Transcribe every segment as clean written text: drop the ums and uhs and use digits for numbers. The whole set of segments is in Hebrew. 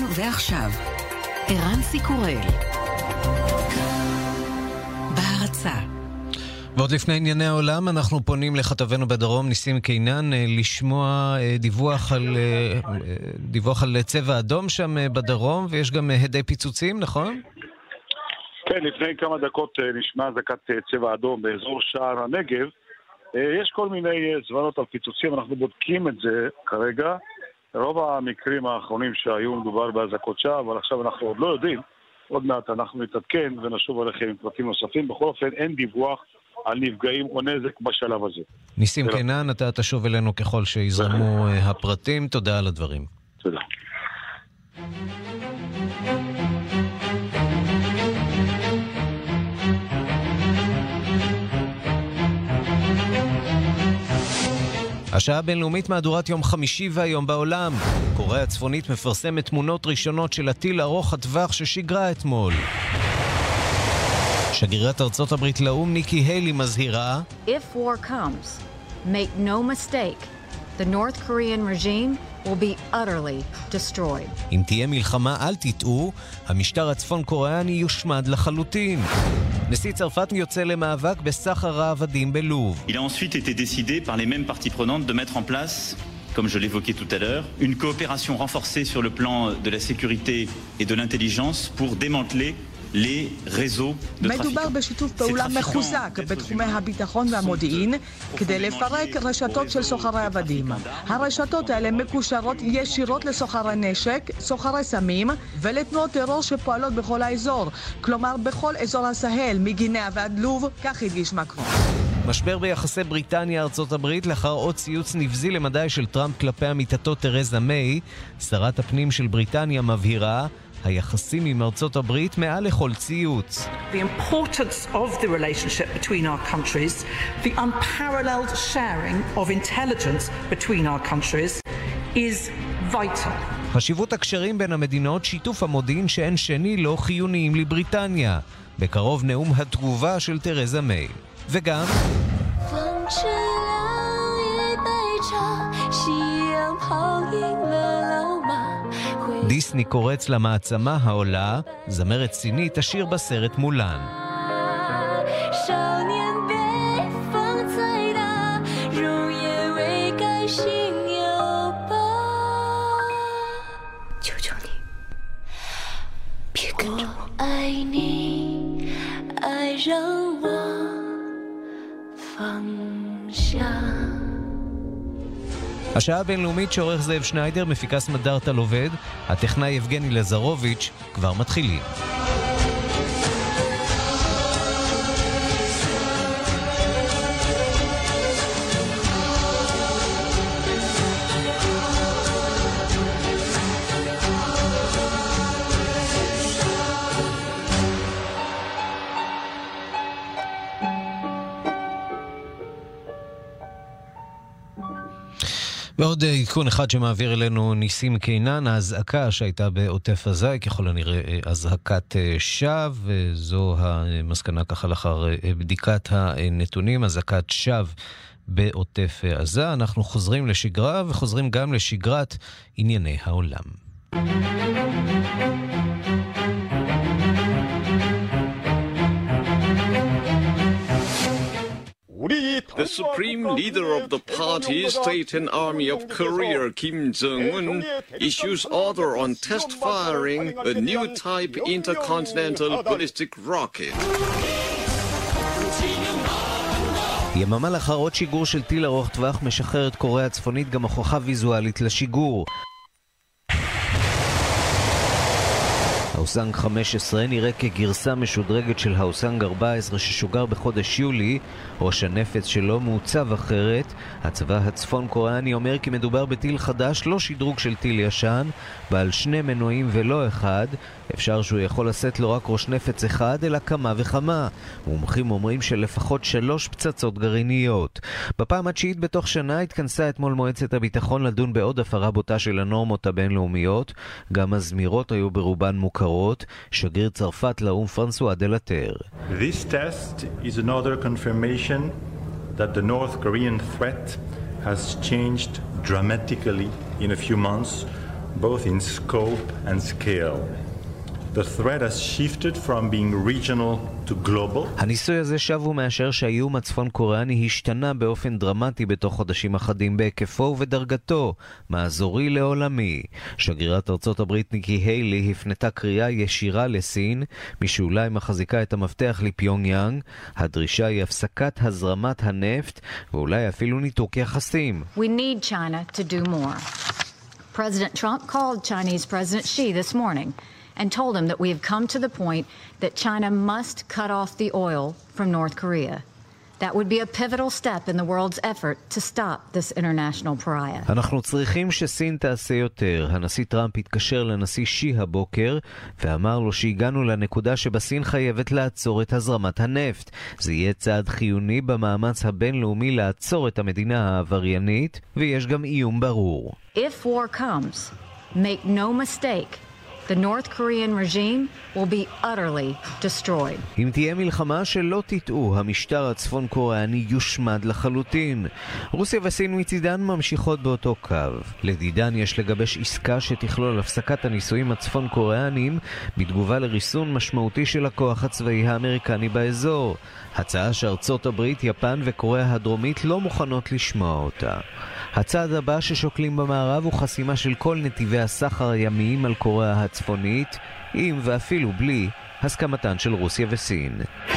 ועכשיו, ערן סיקורל. בהרצה. ועוד לפני ענייני העולם, אנחנו פונים לכתבנו בדרום, ניסים קינן, לשמוע דיווח על צבע אדום שם בדרום, ויש גם הדי פיצוצים, נכון? כן, לפני כמה דקות נשמע אזעקת צבע אדום באזור שער הנגב. יש כל מיני סברות על פיצוצים, אנחנו בודקים את זה כרגע. רוב המקרים האחרונים שהיו מדובר באזעקות שווא, אבל עכשיו אנחנו עוד לא יודעים. עוד מעט אנחנו נתעדכן ונשוב עליכם עם פרטים נוספים. בכל אופן אין דיווח על נפגעים או נזק בשלב הזה. ניסים קינן, אתה תשוב אלינו ככל שיזרמו הפרטים. תודה על הדברים. תודה. השעה הבינלאומית מהדורת יום חמישי והיום בעולם. קוריאה הצפונית מפרסמת תמונות ראשונות של הטיל ארוך הטווח ששיגרה אתמול. שגרירת ארצות הברית לאום ניקי היילי מזהירה, If war comes, make no mistake, the North Korean regime will be utterly destroyed. אם תהיה מלחמה אל תטעו, המשטר הצפון קוריאני יושמד לחלוטין. נשיא צרפת יוצא למאבק בסחר העבדים בלוב. Il a ensuite été décidé par les mêmes parties prenantes de mettre en place, comme je l'évoquais tout à l'heure, une coopération renforcée sur le plan de la sécurité et de l'intelligence pour démanteler les réseaux de trafic. מדובר בשיתוף פעולה מחוזק בתחומי הביטחון והמודיעין כדי לפרק רשתות של סוחרי עבדים. הרשתות האלה מקושרות ישירות לסוחרי נשק, סוחרי סמים ולתנועות טרור שפועלות בכל האזור, כלומר בכל אזור הסהל, מגינאה ועד לוב, כך הדגיש מקרון. משבר ביחסי בריטניה ארצות הברית לאחר עוד ציוץ נבזי למדי של טראמפ כלפי עמיתתו תרזה מיי. שרת הפנים של בריטניה מבהירה, היחסים עם ארצות הברית מעל לכל ציוץ. The importance of the relationship between our countries, the unparalleled sharing of intelligence between our countries is vital. חשיבות הקשרים בין המדינות, שיתוף המודיעין שאין שני לא חיוניים לבריטניה. בקרוב נאום התגובה של תרזה מיי. וגם דיסני קורץ למעצמה העולה, זמרת סינית תשיר בסרט מולן. השעה הבינלאומית שעורך זאב שניידר, מפיקה סמדארטה לובד, הטכנאי יבגני לזרוביץ', כבר מתחילים. ועוד עדכון אחד שמעביר אלינו ניסים קינן, האזעקה שהייתה בעוטף עזה, ככל הנראה אזעקת שווא, וזו המסקנה ככה לאחר בדיקת הנתונים, אזעקת שווא בעוטף עזה. אנחנו חוזרים לשגרה וחוזרים גם לשגרת ענייני העולם. The supreme leader of the party, State and Army of Korea, Kim Jong-un, issues order on test firing a new type intercontinental ballistic rocket. יממה לאחר עוד שיגור של טיל ארוך טווח משחררת קוריאה הצפונית גם הוכחה ויזואלית לשיגור. האוסנג 15 נראה כגרסה משודרגת של האוסנג 14 ששוגר בחודש יולי, ראש הנפץ שלו מעוצב אחרת. הצבא הצפון קוריאני אומר כי מדובר בטיל חדש, לא שדרוג של טיל ישן, בעל שני מנועים ולא אחד. אפשר שהוא יכול לשאת לא רק ראש נפץ אחד, אלא כמה וכמה. מומחים אומרים שלפחות 3 פצצות גרעיניות. בפעם התשיעית בתוך שנה התכנסה אתמול מועצת הביטחון לדון בעוד הפרה בוטה של הנורמות הבינלאומיות. גם הזמירות היו ברובן מוכרות. שגריר צרפת לאום פרנסואה דלטר. This test is another confirmation that the North Korean threat has changed dramatically in a few months, both in scope and scale. The threat has shifted from being regional to global. הניסוי הזה שב ומאשר שהאיום הצפון קוריאני השתנה באופן דרמטי בתוך חודשים אחדים בהיקפו ובדרגתו, מאזורי לעולמי. שגרירת ארצות הברית ניקי היילי הפנתה קריאה ישירה לסין, משאולי מחזיקה את המפתח לפיונג יאנג. הדרישה היא הפסקת הזרמת הנפט ואולי אפילו ניתוק יחסים. We need China to do more. President Trump called Chinese President Xi this morning and told him that we have come to the point that China must cut off the oil from North Korea. That would be a pivotal step in the world's effort to stop this international pariah. אנחנו צריכים שסין תעשה יותר. הנשיא טראמפ התקשר לנשיא שי הבוקר ואמר לו שהגענו לנקודה שבה סין חייבת לעצור את הזרמת הנפט. זה יהיה צעד חיוני במאמץ הבינלאומי לעצור את המדינה העבריינית, ויש גם איום ברור. If war comes, make no mistake, the North Korean regime will be utterly destroyed. אם תהיה מלחמה, שלא תטעו, המשטר הצפון קוריאני יושמד לחלוטין. רוסיה וסין מצידן ממשיכות באותו קו. לדידן יש לגבש עסקה שתכלול הפסקת הניסויים הצפון קוריאניים בתגובה לריסון משמעותי של הכוח הצבאי האמריקני באזור. הצעה שארצות הברית, יפן וקוריאה הדרומית לא מוכנות לשמוע אותה. הצעד הבא ששוקלים במערב הוא חסימה של כל נתיבי הסחר הימיים על קוריאה הצפונית, עם ואפילו בלי הסכמתן של רוסיה וסין.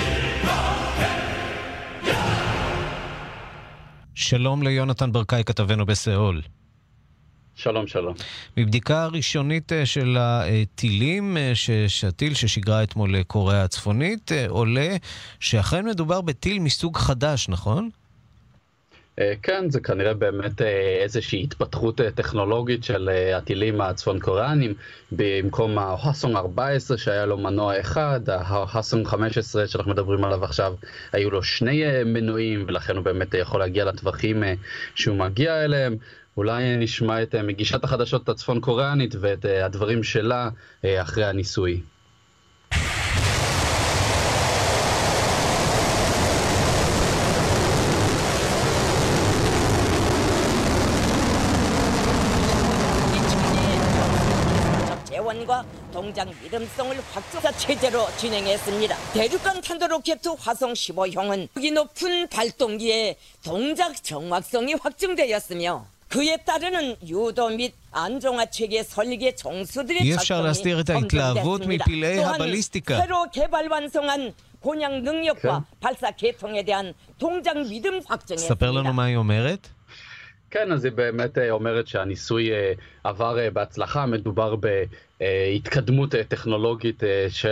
שלום ליונתן ברקאי, כתבנו בסיאול. שלום, שלום. מבדיקה ראשונית של הטילים, הטיל ששיגרה אתמול לקוריאה הצפונית, עולה שאכן מדובר בטיל מסוג חדש, נכון? כן, זה כנראה באמת איזושהי התפתחות טכנולוגית של הטילים הצפון קוריאנים. במקום ההסונג 14 שהיה לו מנוע אחד, ההסונג 15 שאנחנו מדברים עליו עכשיו, היו לו שני מנועים, ולכן הוא באמת יכול להגיע לטווחים שהוא מגיע אליהם. אולי נשמע את מגישת החדשות הצפון קוריאנית ואת הדברים שלה אחרי הניסוי. 동장 믿음성을 확보자 체제로 진행했습니다. 대륙간 탄도로켓 화성 15형은 크기 높은 발동기에 동작 정확성이 확증되었으며 그에 따르는 유도 및 안정화 체계 설계 정수들의 작동이 검증됐습니다. 또한 새로 개발 완성한 곤양 능력과 발사 계통에 대한 동작 믿음 확정했습니다. ספר לנו מה היא אומרת? כן, אז היא באמת אומרת שהניסוי עבר בהצלחה, מדובר בהתקדמות טכנולוגית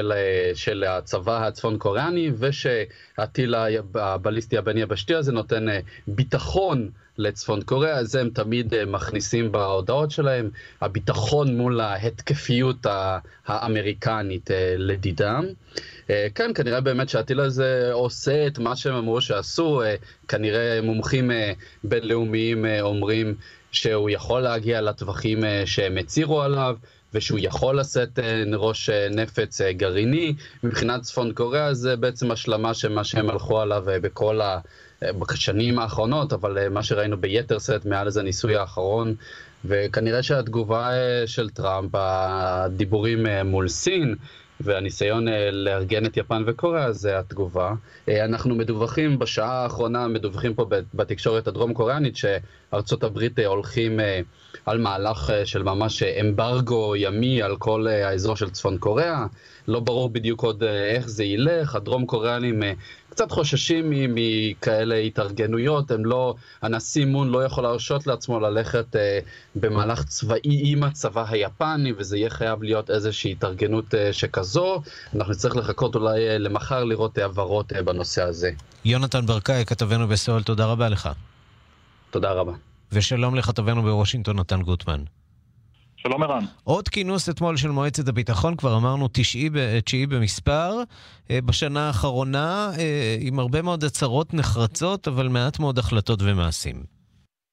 של הצבא הצפון קוריאני, ושהטיל הבליסטי הבין-יבשתי הזה נותן ביטחון לצפון קוריאה. אז הם תמיד מכניסים בהודעות שלהם, הביטחון מול ההתקפיות האמריקנית לדידם. כן, כנראה באמת שהטיל הזה עושה את מה שהם אמרו שעשו. כנראה מומחים בינלאומיים אומרים שהוא יכול להגיע לטווחים שהם הצירו עליו, ושהוא יכול לשאת ראש נפץ גרעיני. מבחינת צפון קוריאה זה בעצם השלמה שמה שהם הלכו עליו בכל בשנים האחרונות, אבל מה שראינו ביתר שאת מעל איזה ניסוי האחרון. וכנראה שהתגובה של טראמפ, הדיבורים מול סין, והניסיון לארגן את יפן וקוריאה, זה התגובה. אנחנו מדווחים בשעה האחרונה, מדווחים פה בתקשורת הדרום קוריאנית, שארצות הברית הולכים על מהלך של ממש אמברגו ימי על כל האזור של צפון קוריאה. לא ברור בדיוק עוד איך זה ילך. הדרום קוריאנים קצת חוששים מכאלה התארגנויות. הנשיא מון לא יכול להרשות לעצמו ללכת במהלך צבאי עם הצבא היפני, וזה יהיה חייב להיות איזושהי התארגנות שכזו. אנחנו צריך לחכות אולי למחר לראות העברות בנושא הזה. יונתן ברקאי, כתבנו בסיאול, תודה רבה לך. תודה רבה. ושלום לכתבנו בוושינגטון, נתן גוטמן. שלום ערן. עוד כינוס אתמול של מועצת הביטחון, כבר אמרנו 9 במספר, בשנה האחרונה, עם הרבה מאוד הצהרות נחרצות, אבל מעט מאוד החלטות ומעשים.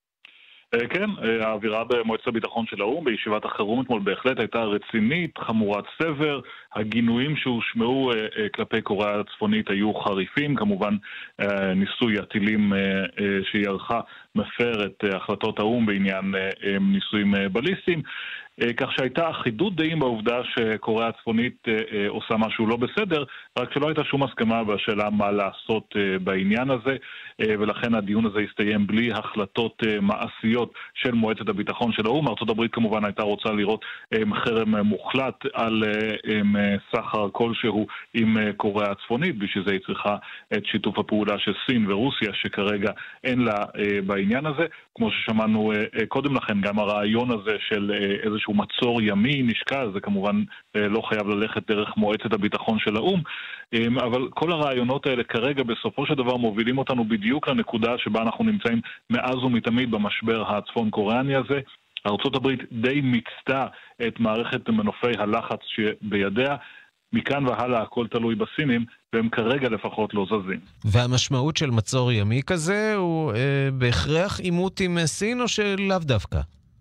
כן, האווירה במועצת הביטחון של האו"ם בישיבת החירום אתמול בהחלט הייתה רצינית, חמורת סבר. הגינויים שהושמעו כלפי קוריאה הצפונית היו חריפים. כמובן ניסוי הטילים שהיא ערכה מפר את החלטות האום בעניין ניסויים בליסטיים. כך שהייתה אחידות דעים בעובדה שקוריאה הצפונית עושה משהו לא בסדר, רק שלא הייתה שום הסכמה בשאלה מה לעשות בעניין הזה, ולכן הדיון הזה הסתיים בלי החלטות מעשיות של מועצת הביטחון של האום. ארצות הברית כמובן הייתה רוצה לראות חרם מוחלט על סחר כלשהו עם קוריאה הצפונית, בשביל זה היא צריכה את שיתוף הפעולה של סין ורוסיה, שכרגע אין לה בעניין הזה. כמו ששמענו קודם לכן, גם הרעיון הזה של איזשהו מצור ימי נשקל, זה כמובן לא חייב ללכת דרך מועצת הביטחון של האום, אבל כל הרעיונות האלה כרגע בסופו של דבר מובילים אותנו בדיוק לנקודה שבה אנחנו נמצאים מאז ומתמיד במשבר הצפון קוריאני הזה. ארצות הברית די מיצתה את מערכת מנופי הלחץ שבידיה, מכאן והלאה הכל תלוי בסינים, והם כרגע לפחות לא זזים. והמשמעות של מצור ימי כזה הוא בהכרח עימות עם סין או שלאו דווקא?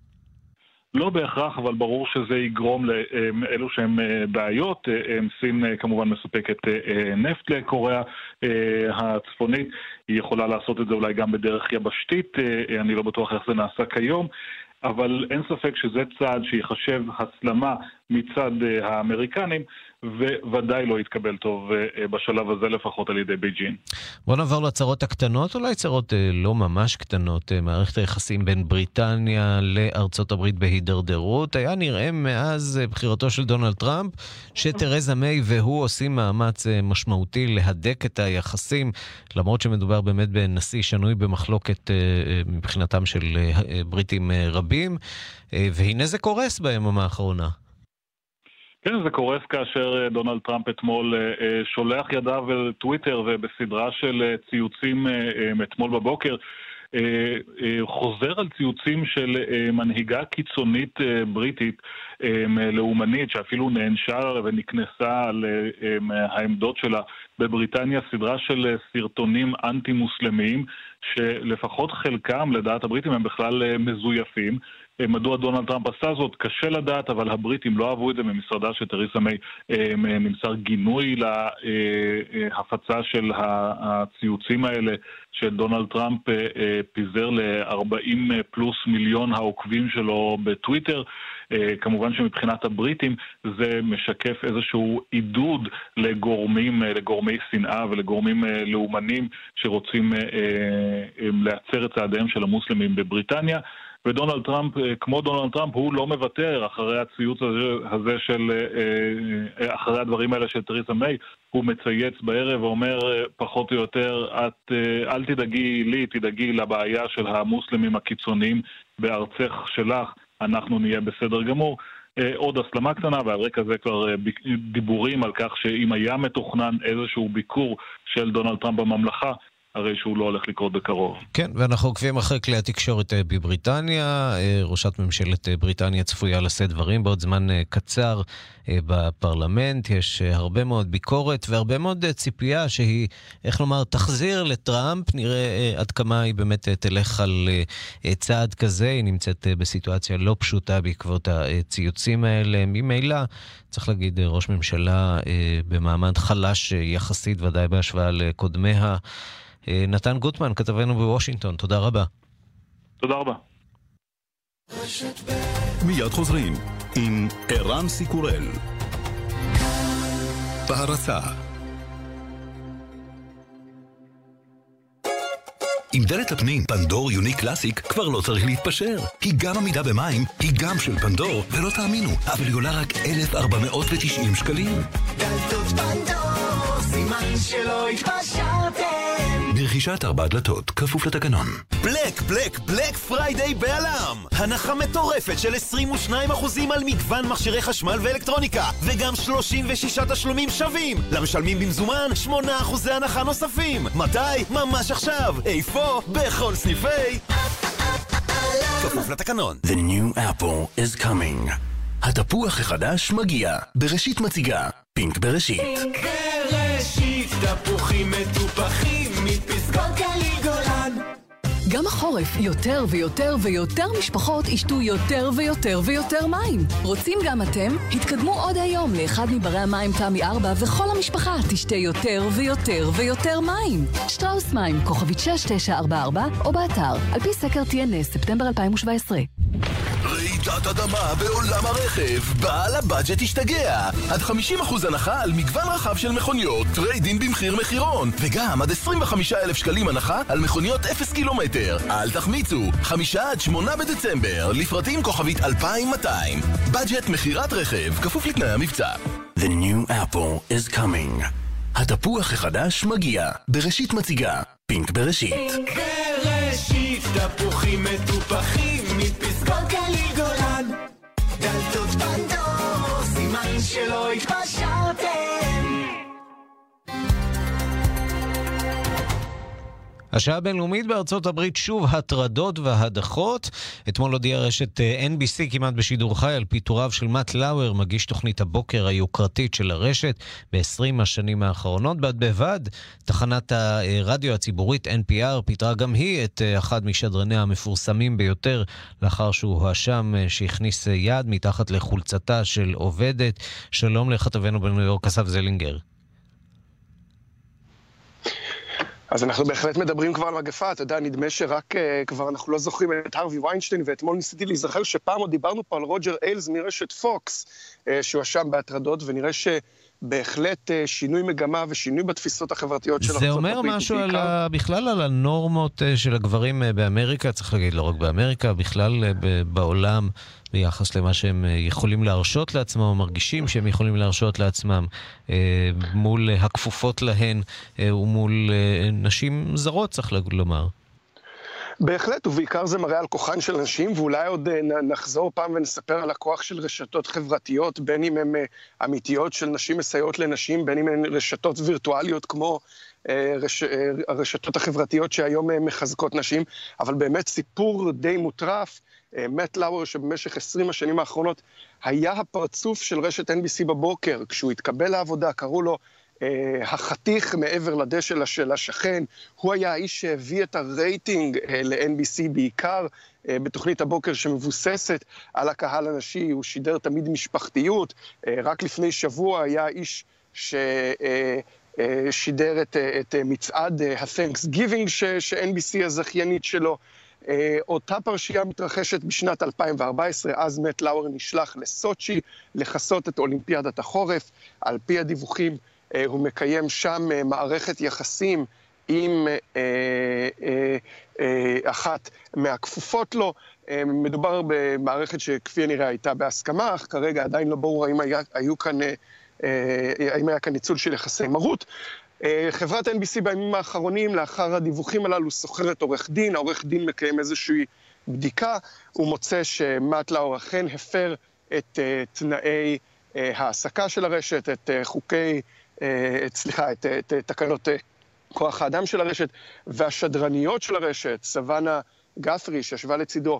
לא בהכרח, אבל ברור שזה יגרום לאלו שהם בעיות. סין כמובן מספקת נפט לקוריאה הצפונית, היא יכולה לעשות את זה אולי גם בדרך יבשתית, אני לא בטוח איך זה נעשה כיום, אבל אין ספק שזה צעד שיחשב הסלמה מצד האמריקנים, וודאי לא יתקבל טוב בשלב הזה לפחות על ידי בייג'ין. בוא נעבור לצרות הקטנות, אולי צרות לא ממש קטנות. מערכת היחסים בין בריטניה לארצות הברית בהידרדרות. היה נראה מאז בחירתו של דונלד טראמפ שתרזה מיי והוא עושים מאמץ משמעותי להדק את היחסים, למרות שמדובר באמת בנשיא שנוי במחלוקת מבחינתם של בריטים רבים, והנה זה קורס ביממה האחרונה. כן, זה קורס כאשר דונלד טראמפ אתמול שולח ידיו לטוויטר, ובסדרה של ציוצים אתמול בבוקר חוזר על ציוצים של מנהיגה קיצונית בריטית לאומנית, שאפילו נענשה ונכנסה על העמדות שלה בבריטניה, סדרה של סרטונים אנטי-מוסלמיים, שלפחות חלקם לדעת הבריטים הם בכלל מזויפים. מדוע דונלד טראמפ עשה זאת? קשה לדעת, אבל הבריטים לא אהבו את זה. ממשרדה של תרזה מיי נמסר גינוי להפצה של הציוצים האלה של דונלד טראמפ פיזר ל-40 פלוס מיליון העוקבים שלו בטוויטר. כמובן שמבחינת הבריטים זה משקף איזשהו עידוד לגורמי שנאה ולגורמים לאומנים שרוצים להצר את צעדיהם של המוסלמים בבריטניה. ודונלד טראמפ, כמו דונלד טראמפ, הוא לא מוותר אחרי הציוץ הזה אחרי הדברים האלה של תרזה מיי, הוא מצייץ בערב ואומר פחות או יותר, אל תדאגי לי, תדאגי לבעיה של המוסלמים הקיצוניים בארצך שלך, אנחנו נהיה בסדר גמור. עוד הסלמה קטנה, ועל רקע זה כבר דיבורים על כך שאם היה מתוכנן איזשהו ביקור של דונלד טראמפ בממלכה, הרי שהוא לא הולך לקרות בקרוב. כן, ואנחנו עוקבים אחרי כלי התקשורת בבריטניה. ראשת ממשלת בריטניה צפויה לשאת דברים בעוד זמן קצר בפרלמנט. יש הרבה מאוד ביקורת והרבה מאוד ציפייה שהיא, איך לומר, תחזיר לטראמפ. נראה עד כמה היא באמת תלך על צעד כזה. היא נמצאת בסיטואציה לא פשוטה בעקבות הציוצים האלה. ממילא, צריך להגיד, ראש ממשלה במעמד חלש יחסית, ודאי בהשוואה לקודמיה. נתן גוטמן, כתבנו בוושינגטון, תודה רבה. תודה רבה. מיד חוזרים עם ערן סיקורל. בהרצה. עם דלת הפנים פנדור יוני קלאסיק כבר לא צריך להתפשר. היא גם עמידה במים, היא גם של פנדור, ולא תאמינו, אבל היא עולה רק 1,490 שקלים. דלתות פנדור, סימן שלא התפשרתם. ברכישת 4 דלתות, כפוף לתקנון. בלק פריידיי בעלם. הנחה מטורפת של 22% על מגוון מכשירי חשמל ואלקטרוניקה, וגם 36 תשלומים שווים. למשלמים במזומן 8% הנחה נוספים. מתי? ממש עכשיו. איפה? בכל סניפי. כפוף לתקנון. The new apple is coming. התפוח החדש מגיע. בראשית מציגה. פינק בראשית. פינק בראשית, תפוחים מטופחים מפסקות גליל גולן. גם החורף יותר ויותר ויותר משפחות ישתו יותר ויותר ויותר מים. רוצים גם אתם? התקדמו עוד היום לאחד מברי המים תמי 4 וכל המשפחה תשתה יותר ויותר ויותר מים. שטראוס מים, כוכבית 6944 או באתר, על פי סקר TNS, ספטמבר 2017. רעידת אדמה בעולם הרכב, בעל הבאג'ט השתגע. עד 50% הנחה על מגוון רחב של מכוניות, טריידין במחיר מחירון, וגם עד 25,000 שקלים הנחה על מכוניות 0 קילומטר. אל תחמיצו, 5 עד 8 בדצמבר, לפרטים כוכבית 2200. באג'ט מחירת רכב, כפוף לתנאי המבצע. The new apple is coming. התפוח החדש מגיע. בראשית מציגה. פינק בראשית. פינק בראשית, תפוחים מטופחים מפסקות גליל גולן. דלתות פנדור, סימן שלא התפשרתם. השעה הבינלאומית בארצות הברית, שוב הטרדות והדחות. אתמול הודיעה רשת NBC כמעט בשידור חי על פיטוריו של מאט לאואר, מגיש תוכנית הבוקר היוקרתית של הרשת ב-20 השנים האחרונות. בד בבד, תחנת הרדיו הציבורית NPR פיטרה גם היא את אחד משדרניה המפורסמים ביותר, לאחר שהוא הואשם שהכניס יד מתחת לחולצתה של עובדת. שלום לכתבנו בניו יורק, אסף זלינגר. אז אנחנו בהחלט מדברים כבר על מגפה, אתה יודע, נדמה שרק כבר אנחנו לא זוכרים את הרווי ויינשטיין, ואתמול ניסיתי להיזכר שפעם עוד דיברנו פה על רוג'ר איילס מרשת פוקס, שהוא שם בהטרדות, ונראה שבהחלט שינוי מגמה ושינוי בתפיסות החברתיות של ארצות הברית. זה אומר משהו בכלל על הנורמות של הגברים באמריקה, צריך להגיד לא רק באמריקה, בכלל בעולם, ביחס למה שהם יכולים להרשות לעצמם, או מרגישים שהם יכולים להרשות לעצמם, מול הכפופות להן, ומול נשים זרות, צריך לומר. בהחלט, ובעיקר זה מראה על כוחן של נשים, ואולי עוד נחזור פעם ונספר על הכוח של רשתות חברתיות, בין אם הן אמיתיות של נשים מסייעות לנשים, בין אם הן רשתות וירטואליות כמו הרשתות החברתיות שהיום מחזקות נשים, אבל באמת סיפור די מוטרף. מאט לאואר שבמשך 20 השנים האחרונות היה הפרצוף של רשת NBC בבוקר. כשהוא התקבל לעבודה קראו לו החתיך מעבר לדשא של השכן. הוא היה האיש שהביא את הרייטינג ל-NBC בעיקר בתוכנית הבוקר שמבוססת על הקהל הנשי. הוא שידר תמיד משפחתיות. רק לפני שבוע היה איש ששידר את מצעד ה-Thanksgiving ש-NBC הזכיינית שלו. אותה פרשייה מתרחשת בשנת 2014, אז מאט לאואר נשלח לסוצ'י לחסות את אולימפיאדת החורף. על פי הדיווחים הוא מקיים שם מערכת יחסים עם אחת מהכפופות לו. מדובר במערכת שכפי הנראה הייתה בהסכמה, אך כרגע עדיין לא ברור האם היה כאן ניצול של יחסי מרות. חברת NBC בימים האחרונים, לאחר הדיווחים הללו, סוחרת עורך דין. העורך דין מקיים איזושהי בדיקה, הוא מוצא שמאט לאואר אכן הפר את תנאי העסקה של הרשת, את תקנות כוח האדם של הרשת, והשדרניות של הרשת, סוואנה גת'רי, שישבה לצידו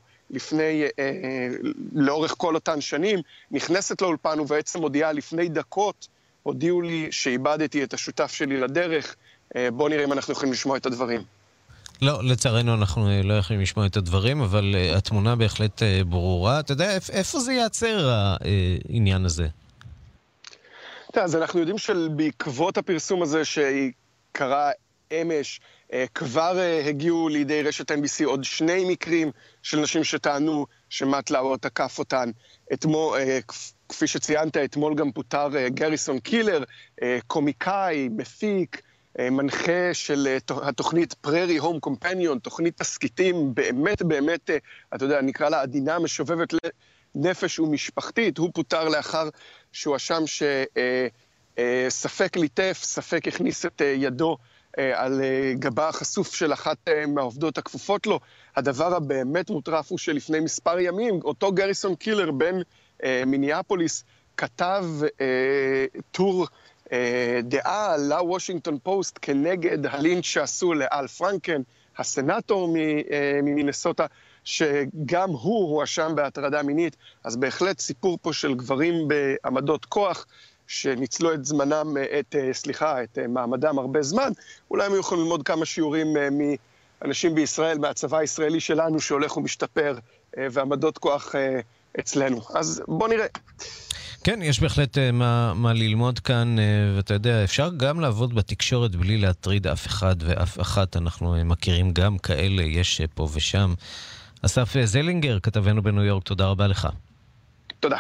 לאורך כל אותן שנים, נכנסת לאולפן ובעצם הודיעה לפני דקות, הודיעו לי שאיבדתי את השותף שלי לדרך. בואו נראה אם אנחנו יכולים לשמוע את הדברים. לא, לצערנו אנחנו לא יכולים לשמוע את הדברים, אבל התמונה בהחלט ברורה. אתה יודע, איפה זה ייעצר העניין הזה? אז אנחנו יודעים שבעקבות הפרסום הזה שקרה אמש, כבר הגיעו לידי רשת NBC עוד 2 מקרים של נשים שטענו שמאט לאואר תקף אותן. אתמול, כפי שציינת, אתמול גם פוטר גריסון קילר, קומיקאי, מפיק, מנחה של התוכנית פררי הום קומפניון, תוכנית תסקיטים באמת, אתה יודע, נקרא לה עדינה, משובבת לנפש ומשפחתית. הוא פוטר לאחר שהוא אשם שספק ליטף, ספק הכניס את ידו על גבה החשוף של אחת מהעובדות הכפופות לו. הדבר הבאמת מוטרף הוא שלפני מספר ימים, אותו גריסון קילר בן מיניאפוליס כתב טור דעה לוושינגטון פוסט כנגד הלינץ' שעשו לאל פרנקן, הסנאטור ממינסוטה, שגם הוא הואשם בהטרדה מינית. אז בהחלט סיפור פה של גברים בעמדות כוח שניצלו את זמנם, את מעמדם הרבה זמן. אולי הם יכולים ללמוד כמה שיעורים אנשים בישראל, מהצבא הישראלי שלנו שהולך ומשתפר, ועמדות כוח אצלנו. אז בוא נראה. כן, יש בהחלט מה ללמוד כאן, ואתה יודע, אפשר גם לעבוד בתקשורת בלי להטריד אף אחד ואף אחת. אנחנו מכירים גם כאלה, יש פה ושם. אסף זלינגר, כתבנו בניו יורק, תודה רבה לך. תודה.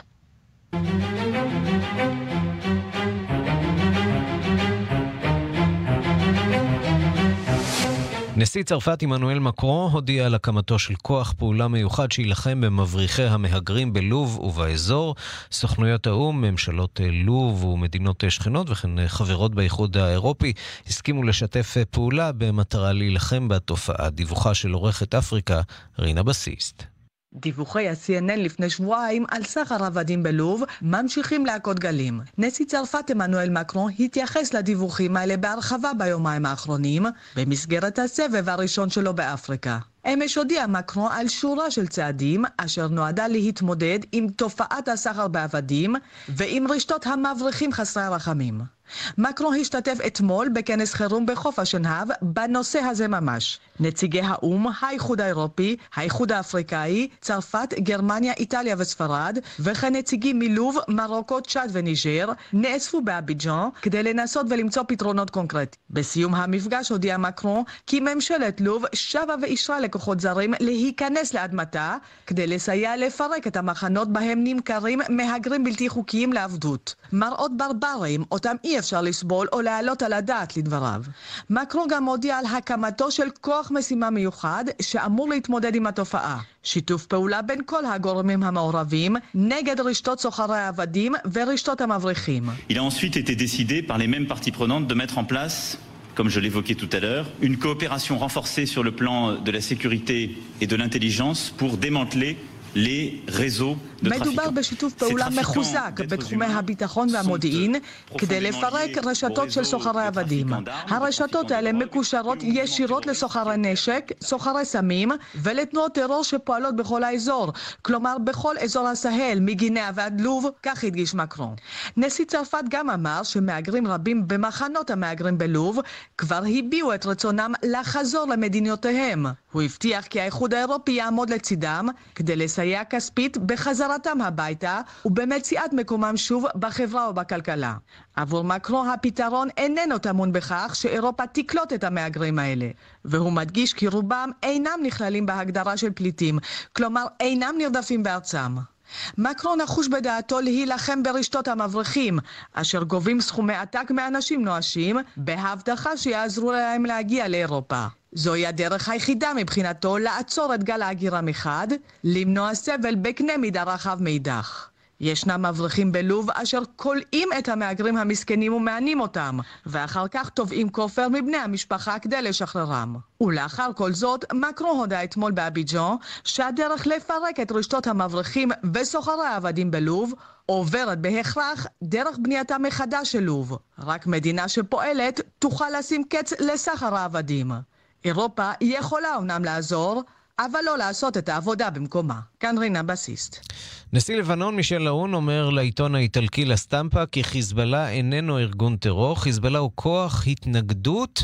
נשיא צרפת עמנואל מקרון הודיע על הקמתו של כוח פעולה מיוחד שילחם במבריחי המהגרים בלוב ובאזור. סוכנויות האו"ם, ממשלות לוב ומדינות שכנות וכן חברות באיחוד האירופי הסכימו לשתף פעולה במטרה להילחם בתופעה. דיווחה של עורכת אפריקה רינה בסיסט. דיווחי ה-CNN לפני שבועיים על סחר עבדים בלוב ממשיכים להכות גלים. נשיא צרפת עמנואל מקרון התייחס לדיווחים האלה בהרחבה ביומיים האחרונים, במסגרת הסבב הראשון שלו באפריקה. אמש הודיע מקרון על שורה של צעדים אשר נועדה להתמודד עם תופעת הסחר בעבדים ועם רשתות המבריחים חסרי רחמים. מקרון השתתף אתמול בכנס חירום בחוף השנהב בנושא הזה ממש. נציגי האו"ם, האיחוד האירופי, האיחוד האפריקאי, צרפת, גרמניה, איטליה וספרד, וכן נציגים מלוב, מרוקו, צ'אד וניג'ר, נאספו באביג'אן כדי לנסות ולמצוא פתרונות קונקרטיים. בסיום המפגש הודיע מקרון כי ממשלת לוב שבה ואישרה לכוחות זרים להיכנס לאדמתה כדי לסייע לפרק את המחנות בהם נמכרים מהגרים בלתי חוקיים לעבדות. מראות ברברים אותם אי אפשר לסבול או להעלות על הדעת לדבריו. מקרון גם הודיע על הקמתו של כוח משימה מיוחד שאמור להתמודד עם התופעה. שיתוף פעולה בין כל הגורמים המעורבים נגד רשתות סוחרי העבדים ורשתות המבריחים. Il a ensuite été décidé par les mêmes parties prenantes de mettre en place, comme je l'évoquais tout à l'heure, une coopération renforcée sur le plan de la sécurité et de l'intelligence pour démanteler les réseaux de trafiquants. מדובר בשיתוף פעולה מחוזק בתחומי הביטחון והמודיעין כדי לפרק רשתות של סוחרי עבדים. הרשתות האלה מקושרות ישירות לסוחרי נשק, סוחרי סמים ולתנועות טרור שפועלות בכל האזור, כלומר בכל אזור הסהל, מגינאה ועד לוב, כך הדגיש מקרון. נשיא צרפת גם אמר שמהגרים רבים במחנות המהגרים בלוב כבר הביעו את רצונם לחזור למדינותיהם. הוא הבטיח כי האיחוד האירופי יעמוד לצידם כדי לסייע כספית בחזרתם הביתה ובמציאת מקומם שוב בחברה ובכלכלה. עבור מקרון הפתרון איננו טמון בכך שאירופה תקלוט את המהגרים האלה, והוא מדגיש כי רובם אינם נכללים בהגדרה של פליטים, כלומר אינם נרדפים בארצם. מקרון נחוש בדעתו להילחם ברשתות המבריחים, אשר גובים סכומי עתק מאנשים נואשים, בהבטחה שיעזרו להם להגיע לאירופה. זוהי הדרך היחידה מבחינתו לעצור את גל ההגירה מחד, למנוע סבל בקנה מידה רחב מאידך. ישנם מבריחים בלוב אשר קולעים את המהגרים המסכנים ומענים אותם, ואחר כך תובעים כופר מבני המשפחה כדי לשחררם. ולאחר כל זאת, מקרון הודה אתמול באביג'אן שהדרך לפרק את רשתות המבריחים וסוחרי העבדים בלוב עוברת בהכרח דרך בנייתה מחדש של לוב. רק מדינה שפועלת תוכל לשים קץ לסחר העבדים. אירופה יכולה אומנם לעזור, אבל לא לעשות את העבודה במקומה. כאן רינה בסיסט. נשיא לבנון מישל אאון אומר לעיתון האיטלקי לסטמפה כי חיזבאללה איננו ארגון טרור, חיזבאללה הוא כוח התנגדות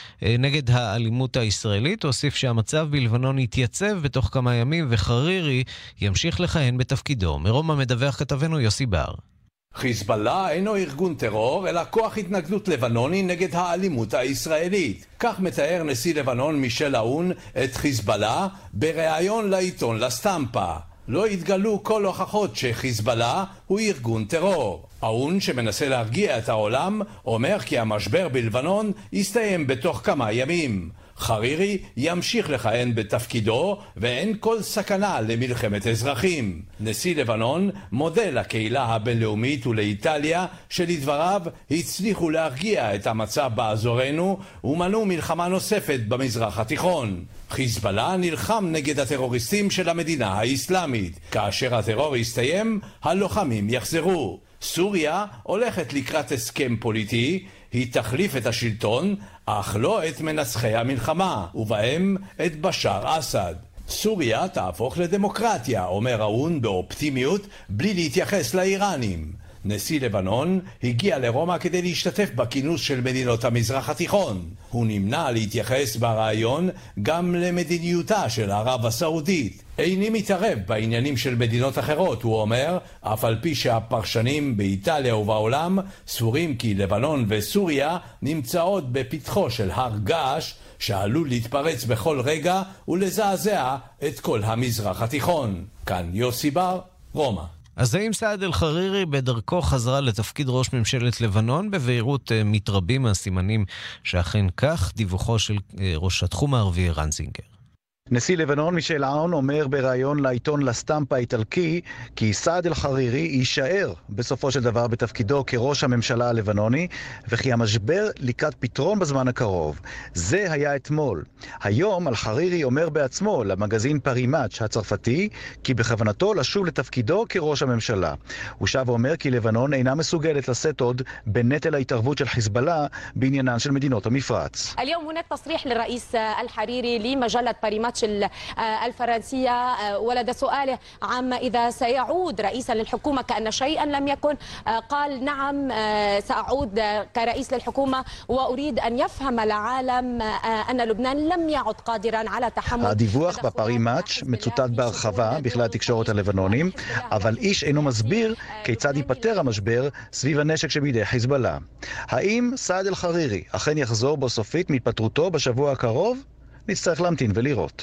נגד האלימות הישראלית. הוסיף שהמצב בלבנון יתייצב בתוך כמה ימים וחרירי ימשיך לכהן בתפקידו. מרומא מדווח כתבנו יוסי בר. חיזבאללה אינו ארגון טרור, אלא כוח התנגדות לבנוני נגד האלימות הישראלית. כך מתאר נשיא לבנון מישל אאון את חיזבאללה בריאיון לעיתון לסטמפה. לא התגלו כל הוכחות שחיזבאללה הוא ארגון טרור. אאון, שמנסה להרגיע את העולם, אומר כי המשבר בלבנון יסתיים בתוך כמה ימים. חרירי ימשיך לכהן בתפקידו ואין כל סכנה למלחמת אזרחים. נשיא לבנון מודה לקהילה הבינלאומית ולאיטליה שלדבריו הצליחו להרגיע את המצב באזורנו ומנעו מלחמה נוספת במזרח התיכון. חיזבאללה נלחם נגד הטרוריסטים של המדינה האסלאמית. כאשר הטרור יסתיים, הלוחמים יחזרו. סוריה הולכת לקראת הסכם פוליטי, היא תחליף את השלטון, אך לא את מנסחי המלחמה, ובהם את בשאר אסד. סוריה תהפוך לדמוקרטיה, אומר אאון באופטימיות, בלי להתייחס לאיראנים. נשיא לבנון הגיע לרומא כדי להשתתף בכינוס של מדינות המזרח התיכון. הוא נמנע להתייחס ברעיון גם למדיניותה של ערב הסעודית. איני מתערב בעניינים של מדינות אחרות, הוא אומר, אף על פי שהפרשנים באיטליה ובעולם סבורים כי לבנון וסוריה נמצאות בפתחו של הר געש שעלול להתפרץ בכל רגע ולזעזע את כל המזרח התיכון. כאן יוסי בר, רומא. אז האם סעד אל-חרירי בדרכו חזרה לתפקיד ראש ממשלת לבנון? בבהירות מתרבים הסימנים שאכן כך. דיווחו של ראש התחום הערבי ערן זינגר. נשיא לבנון מישל עאון אומר בראיון לעיתון לסטמפ האיטלקי כי סעד אל-חרירי יישאר בסופו של דבר בתפקידו כראש הממשלה הלבנוני וכי המשבר לקראת פתרון בזמן הקרוב. זה היה אתמול. היום אל-חרירי אומר בעצמו למגזין פרימאץ' הצרפתי כי בכוונתו לשוב לתפקידו כראש הממשלה. הוא שב ואומר כי לבנון אינה מסוגלת לשאת עוד בנטל ההתערבות של חיזבאללה בעניינן של מדינות המפרץ. اليوم هناك تصريح للرئيس الحريري لمجلة باريماتش الفرنسية ولدى سؤاله عما إذا سيعود رئيسا للحكومة كأن شيئا لم يكن قال نعم سأعود كرئيس للحكومة وأريد أن يفهم العالم أن لبنان لم يعد قادرا على تحمل. הדיווח בפרימאץ' מצוטט בהרחבה בכלי התקשורת הלבנונים, אבל איש אינו מסביר כיצד ייפתר המשבר סביב הנשק שבידי חיזבאללה. האם סעד אל-חרירי אכן יחזור בו סופית מהתפטרותו בשבוע הקרוב? נצטרך להמתין ולראות.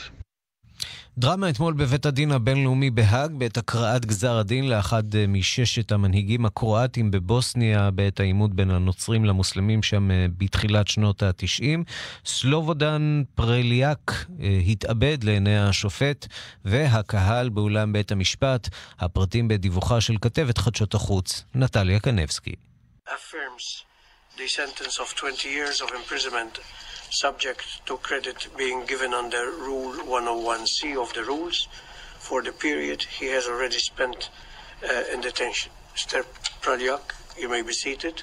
דרמה אתמול בבית הדין הבינלאומי בהאג בעת הקראת גזר הדין לאחד מששת המנהיגים הקרואטים בבוסניה בעת העימות בין הנוצרים למוסלמים שם בתחילת שנות ה-90. סלובודן פרליאק התאבד לעיני השופט והקהל באולם בית המשפט. הפרטים בדיווחה של כתבת חדשות החוץ נטליה קנבסקי. Affirms the sentence of 20 years of imprisonment subject to credit being given under Rule 101C of the rules for the period he has already spent in detention. Mr. Pralyak, you may be seated.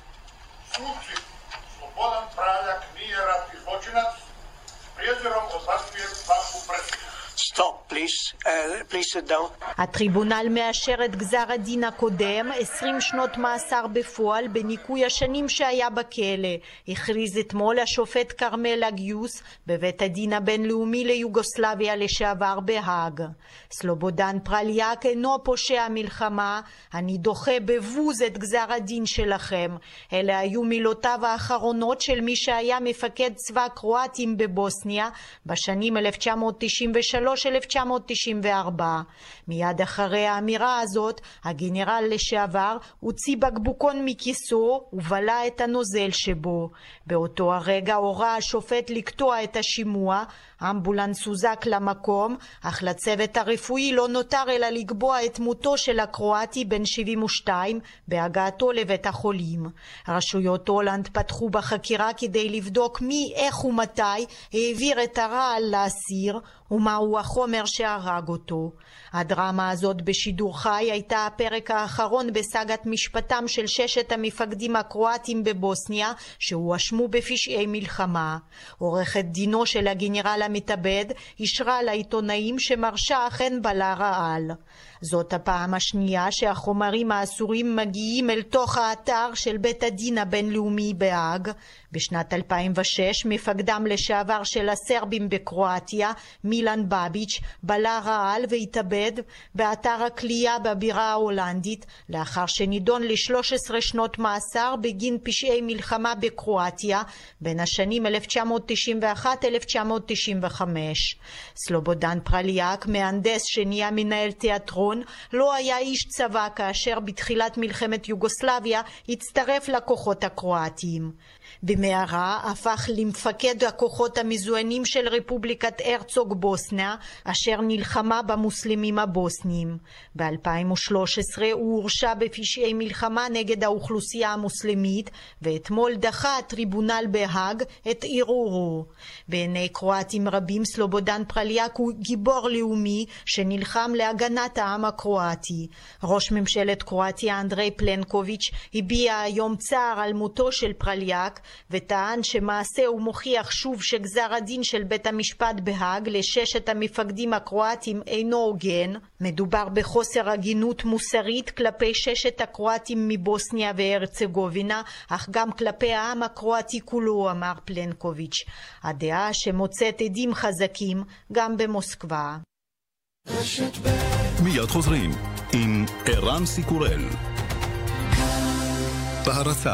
Slobodan Praljak nije ratni zločinac s prijezirom odbacuje svaku presudu. Stop, please. Please sit down. הטריבונל מאשר את גזר הדין הקודם, 20 שנות מאסר בפועל בניקוי השנים שהיה בכלא. הכריז אתמול השופט קרמל אגיוס בבית הדין הבינלאומי ליוגוסלביה לשעבר בהאג. סלובודן פרליאק אינו פושע מלחמה, אני דוחה בבוז את גזר הדין שלכם. אלה היו מילותיו האחרונות של מי שהיה מפקד צבא קרואטים בבוסניה בשנים 1993-1994. מיד אחרי האמירה הזאת, הגנרל לשעבר הוציא בקבוקון מכיסו ובלע את הנוזל שבו. באותו הרגע הורה השופט לקטוע את השימוע, אמבולנס הוזק למקום, אך לצוות הרפואי לא נותר אלא לקבוע את מותו של הקרואטי בן 72 בהגעתו לבית החולים. רשויות הולנד פתחו בחקירה כדי לבדוק מי, איך ומתי העביר את הרעל לאסיר ומהו החומר שהרג אותו. הדרמה הזאת בשידור חי הייתה הפרק האחרון בסגת משפטם של ששת המפקדים הקרואטים בבוסניה שהואשמו בפשעי מלחמה. עורכת דינו של הגנרל המתאבד אישרה לעיתונאים שמרשה אכן בלה רעל. זאת הפעם השנייה שהחומרים האסורים מגיעים אל תוך האתר של בית הדין הבינלאומי בהאג. בשנת 2006 מפקדם לשעבר של הסרבים בקרואטיה, מילן בביץ', בלה רעל והתאבד באתר הכלייה בבירה ההולנדית לאחר שנידון ל13 שנות מאסר בגין פשעי מלחמה בקרואטיה בין השנים 1991-1995. סלובודן פרליאק, מהנדס שנהיה מנהל תיאטרון, לא היה איש צבא כאשר בתחילת מלחמת יוגוסלביה הצטרף לכוחות הקרואטיים. במהרה הפך למפקד הכוחות המזוינים של רפובליקת הרצוג בוסניה, אשר נלחמה במוסלמים הבוסנים. ב-2013 הוא הורשע בפשעי מלחמה נגד האוכלוסייה המוסלמית, ואתמול דחה הטריבונל בהאג את ערעורו. בעיני קרואטים רבים סלובודן פרליאק הוא גיבור לאומי שנלחם להגנת העם הקרואטי. ראש ממשלת קרואטיה אנדרי פלנקוביץ' הביע היום צער על מותו של פרליאק, וטען שמעשה הוא מוכיח שוב שגזר הדין של בית המשפט בהאג ל6 ששת המפקדים הקרואטים אינו הוגן. מדובר בחוסר הגינות מוסרית כלפי ששת הקרואטים מבוסניה והרצגובינה, אך גם כלפי העם הקרואטי כולו, אמר פלנקוביץ'. הדעה שמוצאת עדים חזקים גם במוסקבה. מיד חוזרים עם ערן סיקורל. בהרצה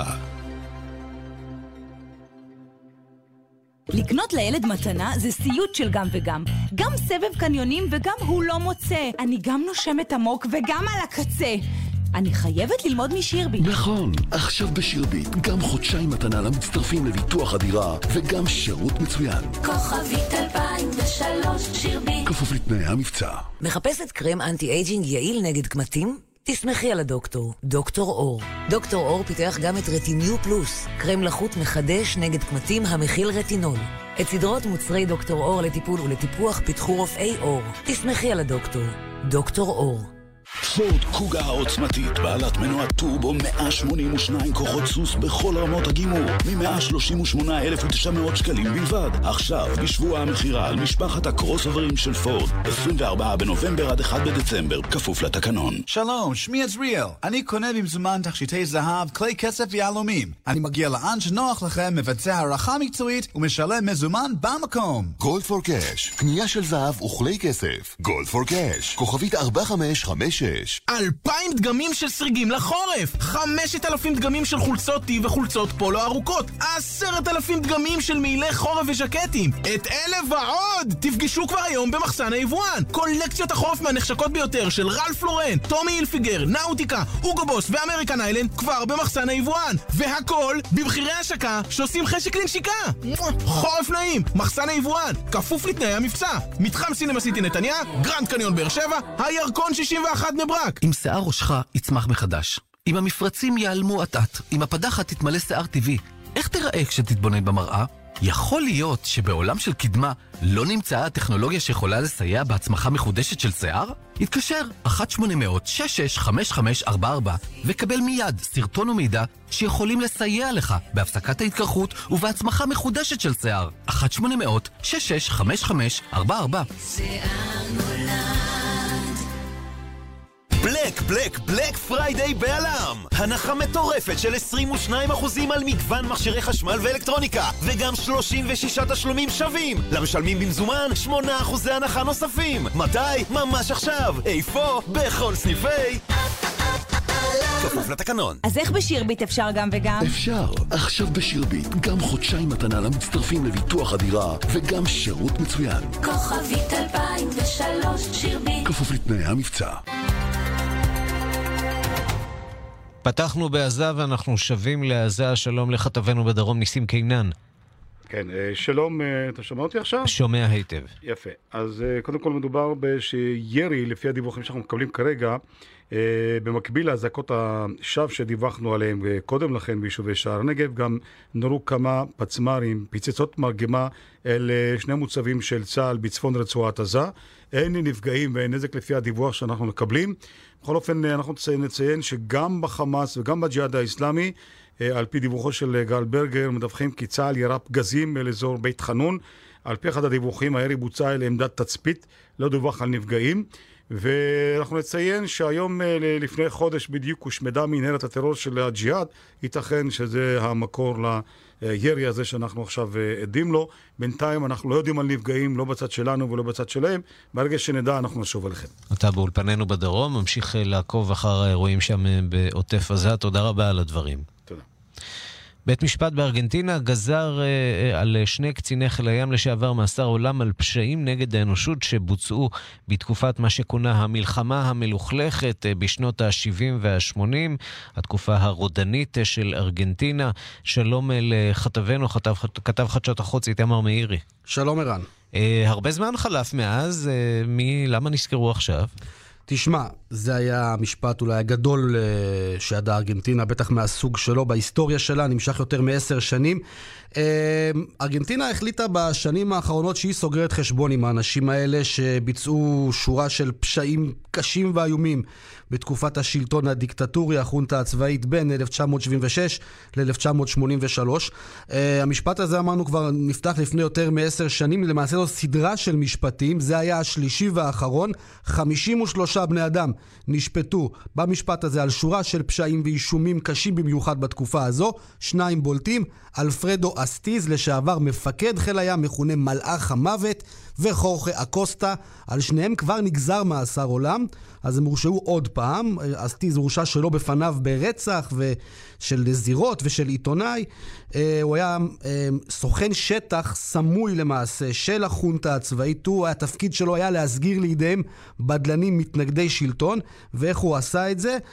לקנות לילד מתנה זה סיוט של גם וגם. גם סבב קניונים וגם הוא לא מוצא. אני גם נושמת עמוק וגם על הקצה. אני חייבת ללמוד משירביט. נכון, עכשיו בשירביט גם חודשיים מתנה למצטרפים לביטוח הדירה וגם שירות מצוין. כוכבית 2003 שירביט. כפוף לתנאי המבצע. מחפשת קרם אנטי-אייג'ינג יעיל נגד קמטים? תסמכי על הדוקטור, דוקטור אור. דוקטור אור פיתח גם את רטיניו פלוס, קרם לחוט מחדש נגד קמטים המכיל רטינול. את סדרות מוצרי דוקטור אור לטיפול ולטיפוח פיתחו רופאי אור. תסמכי על הדוקטור, דוקטור אור. פורד קוגה העוצמתית, בעלת מנוע טורבו 182 כוחות סוס בכל רמות הגימור, מ-138,900 שקלים בלבד. עכשיו, בשבוע המחירה על משפחת הקרוס אוברים של פורד, 24 בנובמבר עד 1 בדצמבר, כפוף לתקנון. שלום, שמי עזריאל. אני קונה במזומן תכשיטי זהב, כלי כסף ויהלומים. אני מגיע לאן שנוח לכם, מבצע הערכה מקצועית ומשלם מזומן במקום. גולד פור קאש, קנייה של זהב וכלי כסף. גולד פור קאש, כוכבית 4556. 2,000 דגמים של סריגים לחורף, 5,000 דגמים של חולצות טי וחולצות פולו ארוכות, 10,000 דגמים של מעילי חורף וז'קטים. את אלה ועוד תפגשו כבר היום במחסן היבואן. קולקציות החורף מהנחשקות ביותר של רלף לורן, טומי הילפיגר, נאוטיקה, אוגו בוס ואמריקן איילנד כבר במחסן היבואן, והכל במחירי השקה שעושים חשק לנשיקה. חורף נעים, מחסן היבואן, כפוף לתנאי המבצע. מתחם סינמה סיטי נתניה, גרנד קניון באר שבע, הירקון 61 נברק. אם שיער ראשך יצמח מחדש, אם המפרצים ייעלמו עטט, אם הפדחת תתמלא שיער טבעי, איך תראה כשתתבונן במראה? יכול להיות שבעולם של קדמה לא נמצאה הטכנולוגיה שיכולה לסייע בהצמחה מחודשת של שיער? התקשר 1-800-665544 וקבל מיד סרטון ומידע שיכולים לסייע לך בהפסקת ההתקרחות ובהצמחה מחודשת של שיער. 1-800-665544. שיער נולד. בלק פריידיי בעלם. הנחה מטורפת של 22% על מגוון מכשירי חשמל ואלקטרוניקה, וגם 36 תשלומים שווים. למשלמים במזומן 8% הנחה נוספים. מתי? ממש עכשיו. איפה? בכל סניפי כפוף לתקנון. אז איך בשירביט אפשר גם וגם? אפשר. עכשיו בשירביט גם חודשיים מתנה למצטרפים לביטוח הדירה וגם שירות מצוין. כוכבית 2003 שירביט. כפוף לתנאי המבצע. פתחנו בעזה ואנחנו שבים לעזה. שלום לכתבנו בדרום ניסים קינן. כן, שלום, אתה שומע אותי עכשיו? שומע היטב. יפה. אז קודם כל מדובר בירי, לפי הדיווחים שאנחנו מקבלים כרגע, במקביל להזעקות השווא שדיווחנו עליהם קודם לכן ביישובי שער הנגב, גם נורו כמה פצמ"רים, פצצות מרגמה אל שני מוצבים של צה"ל בצפון רצועת עזה. אין נפגעים ואין נזק לפי הדיווח שאנחנו מקבלים. בכל אופן, אנחנו נציין שגם בחמאס וגם בג'יהאד האסלאמי, על פי דיווחו של גל ברגר, מדווחים כי צה"ל ירה פגזים אל אזור בית חנון. על פי אחד הדיווחים, הירי בוצע אל עמדת תצפית, לא דווח על נפגעים. ואנחנו נציין שהיום לפני חודש בדיוק הושמדה מנהרת הטרור של הג'יהאד. ייתכן שזה המקור לירי הזה שאנחנו עכשיו עדים לו. בינתיים אנחנו לא יודעים על נפגעים, לא בצד שלנו ולא בצד שלהם. ברגע שנדע אנחנו נשוב אליכם. אתה באולפנינו בדרום, ממשיך לעקוב אחר האירועים שם בעוטף עזה. תודה רבה על הדברים. תודה. בית משפט בארגנטינה גזר על שני קציני חיל הים לשעבר מאסר עולם על פשעים נגד האנושות שבוצעו בתקופת מה שכונה המלחמה המלוכלכת בשנות ה-70 וה-80, התקופה הרודנית של ארגנטינה. שלום לכתבנו, כתב חדשות החוץ איתמר מאירי. שלום ערן. הרבה זמן חלף מאז, למה נזכרו עכשיו? תשמע, זה היה המשפט אולי הגדול שידעה ארגנטינה, בטח מהסוג שלו בהיסטוריה שלה, נמשך יותר מ10 שנים. ארגנטינה החליטה בשנים האחרונות שהיא סוגרת חשבון עם האנשים האלה שביצעו שורה של פשעים קשים ואיומים בתקופת השלטון הדיקטטורי, החונטה הצבאית בין 1976 ל-1983. המשפט הזה, אמרנו, כבר נפתח לפני יותר מ10 שנים, למעשה זו סדרה של משפטים, זה היה השלישי והאחרון. 53 בני אדם נשפטו במשפט הזה על שורה של פשעים ואישומים קשים במיוחד בתקופה הזו. 2 בולטים, אלפרדו אסטיז, לשעבר מפקד חיל הים, מכונה מלאך המוות, וחורכה אקוסטה. על שניהם כבר נגזר מאסר עולם, אז הם הורשעו עוד פעם. אסטיז הורשע שלא בפניו ברצח ושל זירות ושל עיתונאי. הוא היה סוכן שטח סמוי למעשה של החונטה הצבאית. התפקיד שלו היה להסגיר לידיהם בדלנים מתנגדי שלטון. ואיך הוא עשה את זה?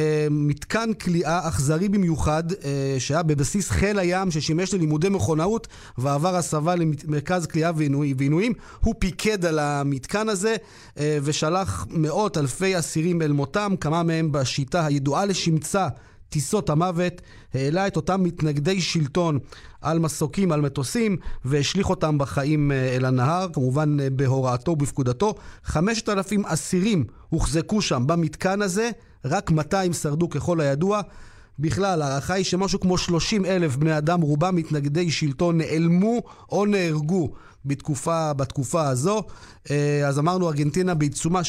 מתקן כליאה אכזרי במיוחד שהיה בבסיס חיל הים, ששימש ללימודי מכונאות ועבר הסבה למרכז כליאה ועינויים. הוא פיקד על המתקן הזה ושלח מאות אלפי אסירים אל מותם, כמה מהם בשיטה הידועה לשמצה, טיסות המוות. העלה את אותם מתנגדי שלטון על מסוקים, על מטוסים, והשליך אותם בחיים אל הנהר, כמובן בהוראתו ובפקודתו. 5,000 אסירים הוחזקו שם במתקן הזה, רק 200 שרדו ככל הידוע. בכלל, הערכה היא שמשהו כמו 30,000 בני אדם, רובם מתנגדי שלטון, נעלמו או נהרגו בתקופה הזו. אז אמרנו, ארגנטינה בעיצומו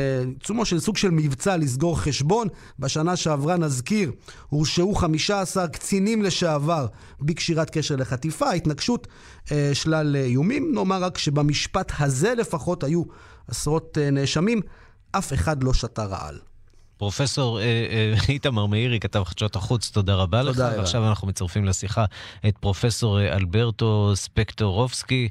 של סוג של מבצע לסגור חשבון. בשנה שעברה, נזכיר, הורשעו 15 קצינים לשעבר בקשירת קשר לחטיפה, התנגשות, שלל איומים. נאמר רק שבמשפט הזה לפחות היו עשרות נאשמים, אף אחד לא שתה רעל. פרופסור איתמר מאירי, כתב חדשות החוץ, תודה רבה לך. ועכשיו אנחנו מצרפים לשיחה את פרופסור אלברטו ספקטורובסקי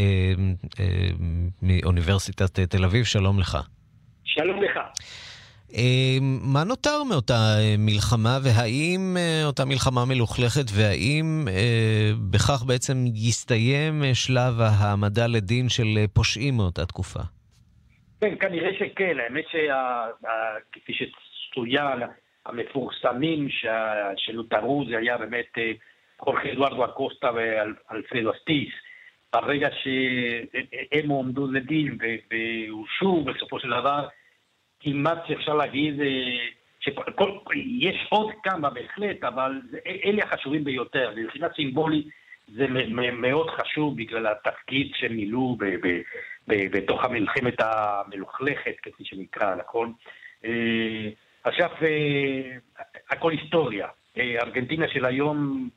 מאוניברסיטת תל אביב. שלום לך. שלום לך. מה נותר מאותה מלחמה, והאם אותה מלחמה מלוכלכת, והאם בכך בעצם יסתיים שלב העמדה לדין של פושעים מאותה תקופה? כן, כנראה שכן. האמת כפי שצוין, המפורסמים שנותרו, זה היה באמת חורכה אדוארדו אקוסטה ואלפרדו אסטיז. ברגע שהם עומדו לדין והורשעו בסופו של דבר, כמעט אפשר להגיד שיש עוד כמה בהחלט, אבל אלה החשובים ביותר. מבחינת סימבולית זה מאוד חשוב בגלל התפקיד שהם מילאו בתוך המלחמת המלוכלכת, כפי שנקרא, נכון? עכשיו, הכל היסטוריה. ארגנטינה של היום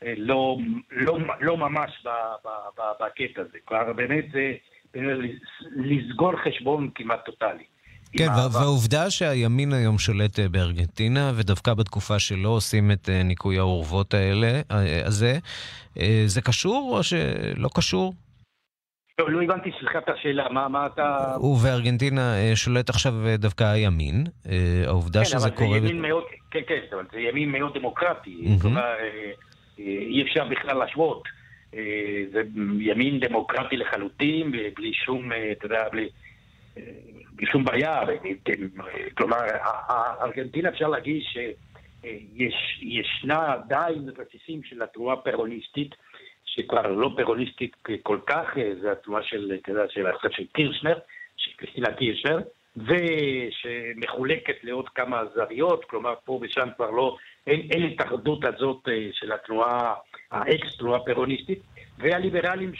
לא ממש בקטע הזה. כבר באמת זה לסגור חשבון כמעט טוטלי. כן, והעובדה שהימין היום שולט בארגנטינה, ודווקא בתקופה שלא עושים את ניקוי האורוות הזה, זה קשור או שלא קשור? לא הבנתי, סליחה את השאלה, מה אתה... ובארגנטינה שולט עכשיו דווקא הימין, העובדה שזה קורה... כן, אבל זה ימין מאוד דמוקרטי, כלומר, אי אפשר בכלל להשוות. זה ימין דמוקרטי לחלוטין, בלי שום, אתה יודע, בלי שום בעיה. כלומר, ארגנטינה אפשר להגיד שישנה עדיין רסיסים של התנועה הפרוניסטית, שכבר לא פרוניסטית כל כך, זה התנועה של קירשנר, של קריסטינה קירשנר, ושמחולקת לעוד כמה זוויות, כלומר פה ושם כבר לא, אין התאחדות הזאת של התנועה, האקס-תנועה פרוניסטית, והליברלים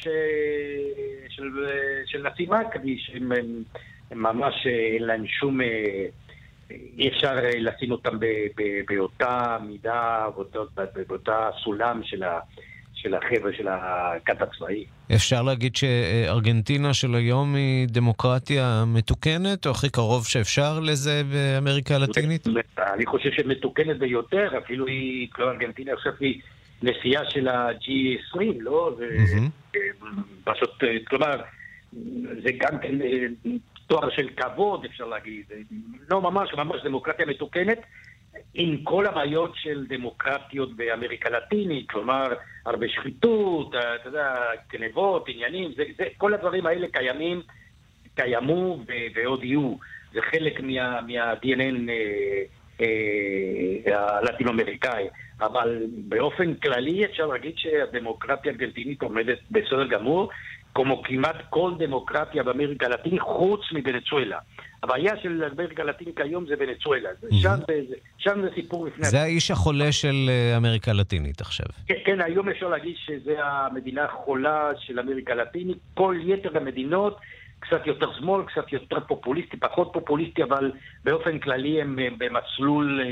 של נשיא מקבי, שהם ממש אין להם שום, אי אפשר לשים אותם באותה מידה, באותה סולם של החבר'ה של הכת הצבאי. אפשר להגיד שארגנטינה של היום היא דמוקרטיה מתוקנת, או הכי קרוב שאפשר לזה באמריקה הלטינית? אני חושב שמתוקנת ביותר, אפילו היא, ארגנטינה עכשיו היא נשיאה של ה-G20, לא? פשוט, כלומר, זה גם כן תואר של כבוד, אפשר להגיד. לא ממש דמוקרטיה מתוקנת, עם כל הבעיות של דמוקרטיות באמריקה הלטינית, כלומר, הרבה שחיתות, אתה יודע, גנבות, עניינים, כל הדברים האלה קיימו ועוד יהיו. זה חלק מה-DNA הלטינו-אמריקאי. אבל באופן כללי אפשר להגיד שהדמוקרטיה הארגנטינית עומדת בסדר גמור, כמו כמעט כל דמוקרטיה באמריקה הלטינית, חוץ מוונצואלה. הבעיה של אמריקה הלטינית היום זה ונצואלה. שם זה סיפור לפני... זה האיש החולה של אמריקה הלטינית עכשיו. כן, היום אפשר להגיד שזה המדינה החולה של אמריקה הלטינית. כל יתר המדינות, קצת יותר שמאל, קצת יותר פופוליסטי, פחות פופוליסטי, אבל באופן כללי הם במסלול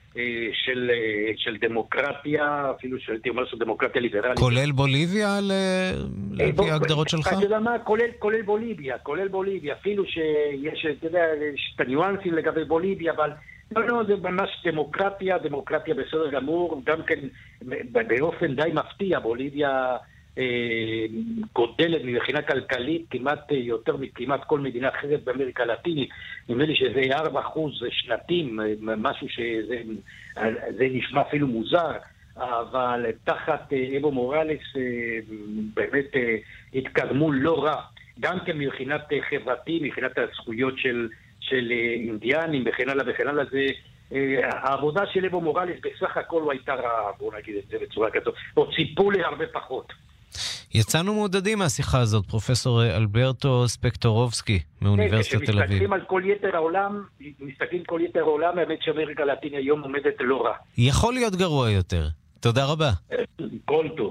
של דמוקרטיה, אפילו שהייתי אומר של דמוקרטיה ליברלית. כולל בוליביה לפי ההגדרות שלך? אתה יודע מה? כולל בוליביה, אפילו שיש, אתה יודע, את הניואנסים לגבי בוליביה, אבל לא, זה ממש דמוקרטיה בסדר גמור, גם כן באופן די מפתיע, בוליביה גודלת מבחינה כלכלית כמעט יותר מכמעט כל מדינה אחרת באמריקה הלטינית. נדמה לי שזה 4% שנתיים, משהו שזה נשמע אפילו מוזר, אבל תחת אבו מוראלס באמת התקדמו לא רע, גם כן מבחינת חברתי, מבחינת הזכויות של אינדיאנים וכן הלאה, העבודה של אבו מוראלס בסך הכל לא הייתה רעה, בואו נגיד את זה בצורה כזאת, או ציפו להרבה פחות. יצאנו מעודדים מהשיחה הזאת, פרופסור אלברטו ספקטורובסקי מאוניברסיטת תל אביב. כשמסתכלים על כל יתר העולם, האמת שאמריקה הלטינית היום עומדת לא רע. יכול להיות גרוע יותר. תודה רבה. כל טוב.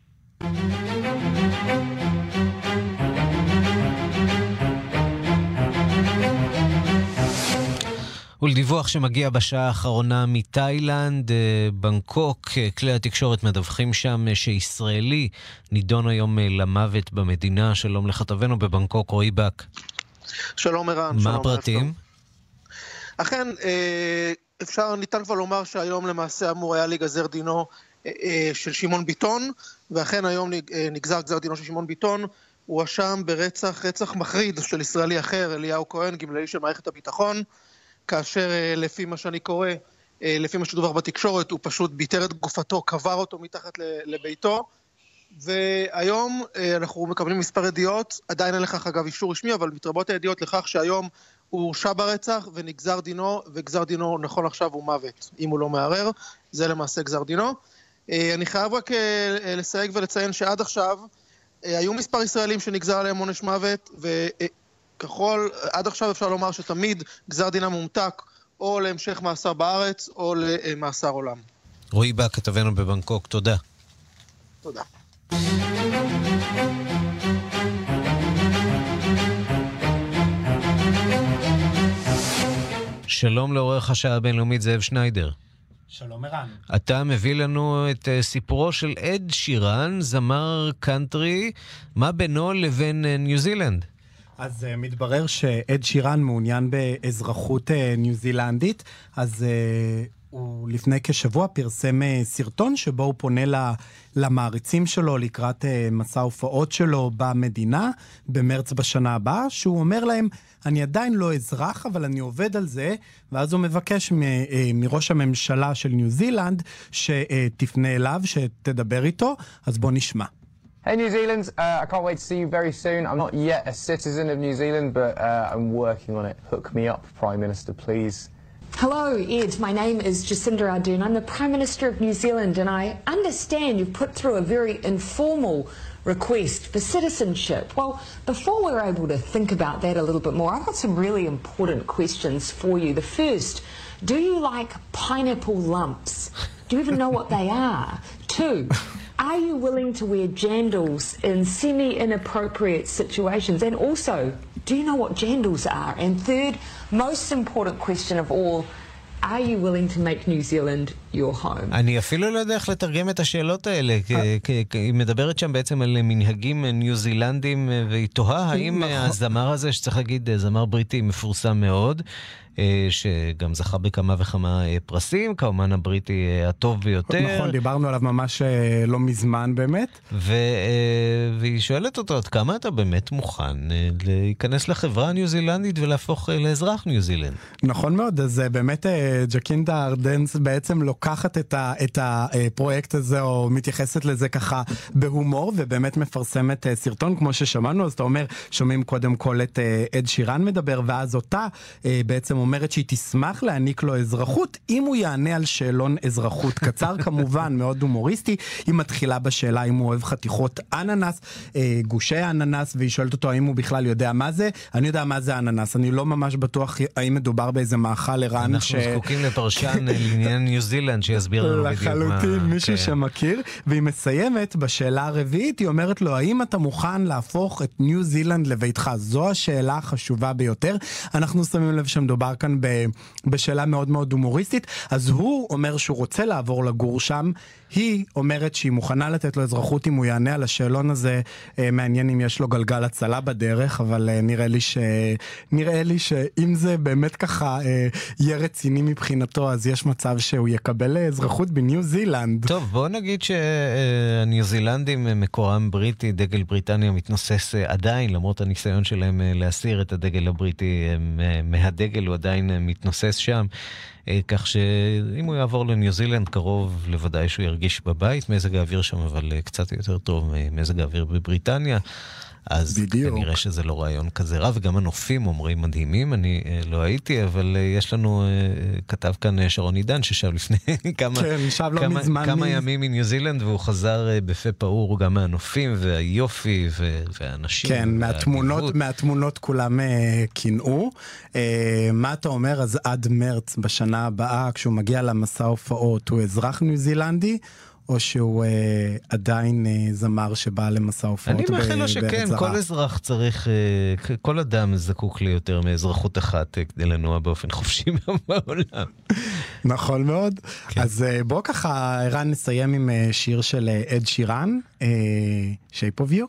ולדיווח שמגיע בשעה האחרונה מתאילנד, בנקוק, כלי התקשורת מדווחים שם שישראלי נידון היום למוות במדינה. שלום לכתבנו בבנקוק, רועי בק. שלום ערן. מה הפרטים? אכן, ניתן כבר לומר שהיום למעשה אמור היה להיגזר דינו של שמעון ביטון, ואכן היום נגזר גזר דינו של שמעון ביטון. הוא הואשם רצח מחריד של ישראלי אחר, אליהו כהן, גמלאי של מערכת הביטחון, כאשר לפי מה שאני קורא, לפי מה שדובר בתקשורת, הוא פשוט ביטר את גופתו, קבר אותו מתחת לביתו, והיום אנחנו מקבלים מספר עדויות, עדיין אין לכך אגב אישור רשמי, אבל מתרבות העדויות לכך שהיום הוא הורשע ברצח ונגזר דינו, וגזר דינו נכון עכשיו הוא מוות, אם הוא לא מערער, זה למעשה גזר דינו. אני חייב רק לסייג ולציין שעד עכשיו, היו מספר ישראלים שנגזר עליהם עונש מוות, עד עכשיו אפשר לומר שתמיד גזר דינם מומתק או להמשך מאסר בארץ או למאסר עולם. רועי בק, כתבנו בבנקוק, תודה. תודה. שלום לעורך השעה הבינלאומית זאב שניידר. שלום ערן. אתה מביא לנו את סיפורו של אד שירן, זמר קאנטרי, מה בינו לבין ניו זילנד? אז מתברר שאד שירן מעוניין באזרחות ניו זילנדית, אז הוא לפני כשבוע פרסם סרטון שבו הוא פונה למעריצים שלו לקראת מסע הופעות שלו במדינה במרץ בשנה הבאה, שהוא אומר להם, אני עדיין לא אזרח, אבל אני עובד על זה, ואז הוא מבקש מראש הממשלה של ניו זילנד שתפנה אליו, שתדבר איתו, אז בוא נשמע. Hey New Zealand, I can't wait to see you very soon. I'm not yet a citizen of New Zealand, but I'm working on it. Hook me up, Prime Minister, please. Hello, Ed. My name is Jacinda Ardern. I'm the Prime Minister of New Zealand, and I understand you've put through a very informal request for citizenship. Well, before we're able to think about that a little bit more, I've got some really important questions for you. The first, do you like pineapple lumps? Do you even know what they are? Two, are you willing to wear jandals in semi-inappropriate situations? And also, do you know what jandals are? And third, most important question of all, are you willing to make New Zealand your home? אני אפילו לא יודע איך לתרגם את השאלות האלה, כי היא מדברת שם בעצם על מנהגים ניו זילנדים, והיא תוהה האם הזמר הזה, שצריך להגיד זמר בריטי מפורסם מאוד, שגם זכה בכמה וכמה פרסים, כאומן הבריטי הטוב ביותר. נכון, דיברנו עליו ממש לא מזמן באמת. והיא שואלת אותו, עד כמה אתה באמת מוכן להיכנס לחברה הניו זילנדית ולהפוך לאזרח ניו זילנד? נכון מאוד, אז באמת ג'קינדה ארדנס בעצם לוקחת את הפרויקט הזה, או מתייחסת לזה ככה בהומור, ובאמת מפרסמת סרטון, כמו ששמענו, אז אתה אומר, שומעים קודם כל את אד שירן מדבר, ואז אותה בעצם אומרת שהיא תשמח להעניק לו אזרחות, אם הוא יענה על שאלון אזרחות קצר, כמובן, מאוד הומוריסטי. היא מתחילה בשאלה אם הוא אוהב חתיכות אננס, גושי אננס, והיא שואלת אותו האם הוא בכלל יודע מה זה. אני יודע מה זה אננס, אני לא ממש בטוח האם מדובר באיזה מאכל ערן אנחנו זקוקים לפרשן לעניין ניו זילנד שיסביר לנו בדיוק מה. לחלוטין, מישהו שמכיר. והיא מסיימת בשאלה הרביעית, היא אומרת לו, האם אתה מוכן להפוך את ניו זילנד לביתך? זו השאלה החשובה ביותר. אנחנו שמים לב שמדובר כאן בשאלה מאוד מאוד הומוריסטית. אז הוא אומר שהוא רוצה לעבור לגור שם, היא אומרת שהיא מוכנה לתת לו אזרחות אם הוא יענה על השאלון הזה. מעניין אם יש לו גלגל הצלה בדרך, אבל נראה לי שאם זה באמת ככה יהיה רציני מבחינתו, אז יש מצב שהוא יקבל אזרחות בניו זילנד. טוב, בוא נגיד שהניו זילנדים מקורם בריטי, דגל בריטניה מתנוסס עדיין, למרות הניסיון שלהם להסיר את הדגל הבריטי מהדגל, הוא עדיין מתנוסס שם. כך שאם הוא יעבור לניו זילנד קרוב, לוודאי שהוא ירגיש בבית, מזג האוויר שם אבל קצת יותר טוב ממזג האוויר בבריטניה, אז בדיוק. כנראה שזה לא רעיון כזה רע, וגם הנופים אומרים מדהימים, אני לא הייתי, אבל יש לנו, כתב כאן שרון עידן, ששב לפני כמה ימים מניו זילנד, והוא חזר בפה פעור גם מהנופים, והיופי, והאנשים. כן, מהתמונות כולם קינאו. מה אתה אומר, אז עד מרץ בשנה הבאה, כשהוא מגיע למסע הופעות, הוא אזרח ניו זילנדי, או שהוא עדיין זמר שבא למסע הופעות בארץ זרה? אני מאחל לו שכן, כל אזרח צריך, כל אדם זקוק לי יותר מאזרחות אחת כדי לנוע באופן חופשי בעולם. נכון מאוד. אז בואו ככה, ערן, נסיים עם שיר של אד שירן, Shape of You.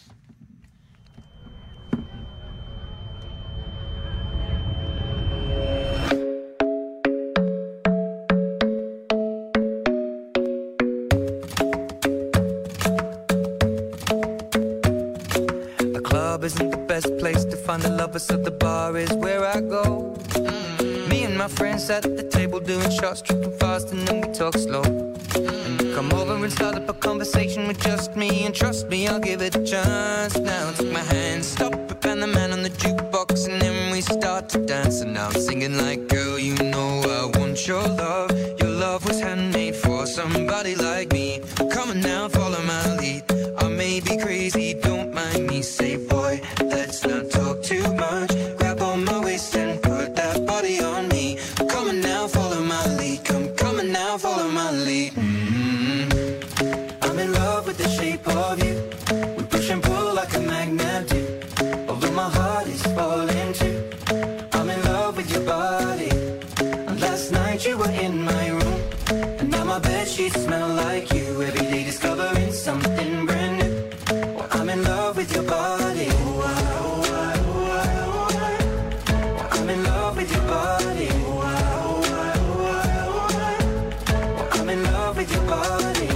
Isn't the best place to find the lovers, so the bar is where I go. Me and my friends at the table doing shots, tripping fast, and then we talk slow. And you come over and start up a conversation with just me, and trust me, I'll give it a chance. Now take my hand, stop it, and the man on the jukebox, and then we start to dance. And now I'm singing like, girl, you know I want your love. Your love was handmade for somebody like me. Come on now, follow my lead. I may be crazy, don't mind me. Say, boy, let's not talk too much. Grab on my waist and put that body on me. Come on now, follow my lead. Come on now, follow my lead. I'm in love with the shape of you. We push and pull like a magnet do. Although my heart is falling too. I'm in love with your body. And last night you were in my room. And now my bedsheets smell like you. Every day discovering something brand new. Well, I'm in love with your body. I'm in love with your body. I'm in love with your body.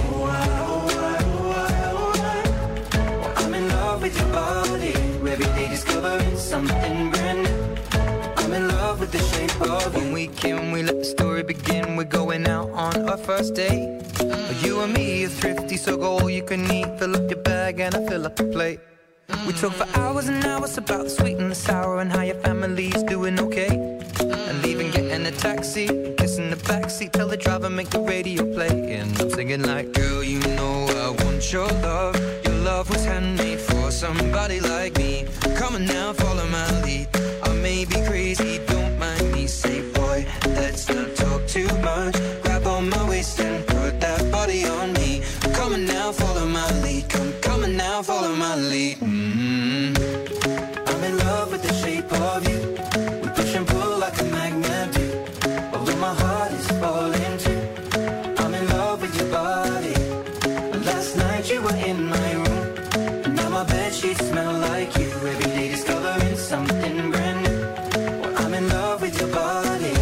I'm in love with your body. Every day discovering something brand new. I'm in love with the shape of you. When we can, we let the story begin. We're going out on our first date. You and me are thrifty, so go all you can eat. Fill up your bag and I fill up the plate. We talk for hours and hours about the sweet and the sour and how your family's doing okay. And leaving, getting a taxi, kissing the backseat, tell the driver make the radio play. And I'm singing like, girl, you know I want your love. Your love was handmade for somebody like me. Come on now, follow my lead. I may be crazy, don't mind me. Say, boy, let's not talk too much. Grab on my waist and put that body on me. Come on now, follow my lead. Come on now, follow my lead. I'm in love with the shape of you. We push and pull like a magnet do. Although my heart is falling too. I'm in love with your body. Last night you were in my room. And now my bedsheets smell like you. Every day discovering something brand new. Well, I'm in love with your body.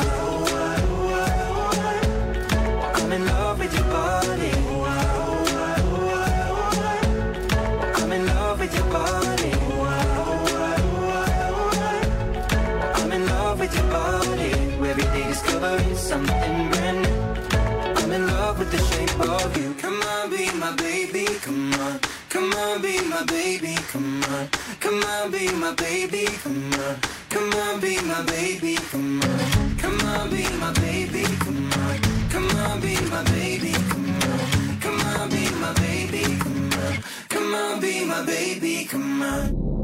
I'm in love with your body. I'm in love with your body. I'm in love with your body. Every day discovering something brand new. I'm in love with the shape of you. Come on, be my baby, come on. Come on, be my baby, come on. Come on, be my baby, come on. Come on, be my baby, come on. Come on, be my baby, come on. Come on, be my baby, come on. Come on, be my baby, come on. Come on, be my baby, come on.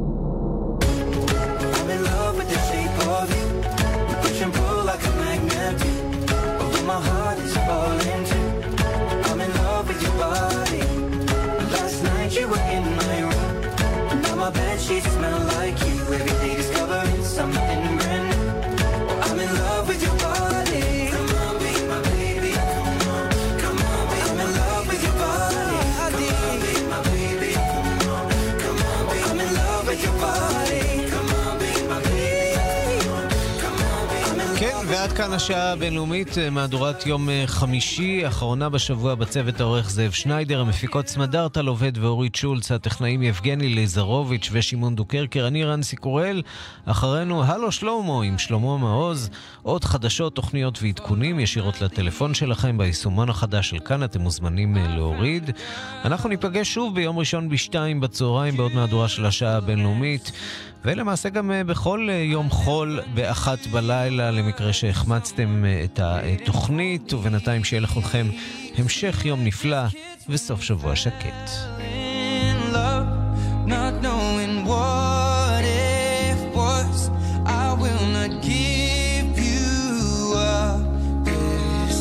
I'm in love with the shape of you. We push and pull like a magnet do. Although my heart is falling too. I'm in love with your body. Last night you were in my room. Now my bedsheets smell like you. Every day discovering something brand new. I'm in love with your body. Come on, be my baby. Come on, come on, be I'm in love with your body. Come on, be my baby. Come on, come on, be I'm in love with your body. Come on, be my baby. Come on, be I'm in love. כן, ועד כאן השעה הבינלאומית, מהדורת יום חמישי, אחרונה בשבוע בצוות העורך זאב שניידר, המפיקות סמדארטה לובד ואורית שולץ, הטכנאים יבגני ליזרוביץ' ושימון דוקרקר, אני רנסי קורל, אחרינו הלו שלומו עם שלמה מעוז, עוד חדשות, תוכניות ועדכונים ישירות לטלפון שלכם ביישומון החדש של כאן, אתם מוזמנים להוריד. אנחנו ניפגש שוב ביום ראשון בשתיים בצהריים בעוד מהדורה של השעה הבינלאומית, ולמעשה גם בכל יום חול באחת בלילה למקרה שהחמצתם את התוכנית, ובינתיים שיהיה לכולכם המשך יום נפלא וסוף שבוע שקט. Not knowing what it was, I will not give you up this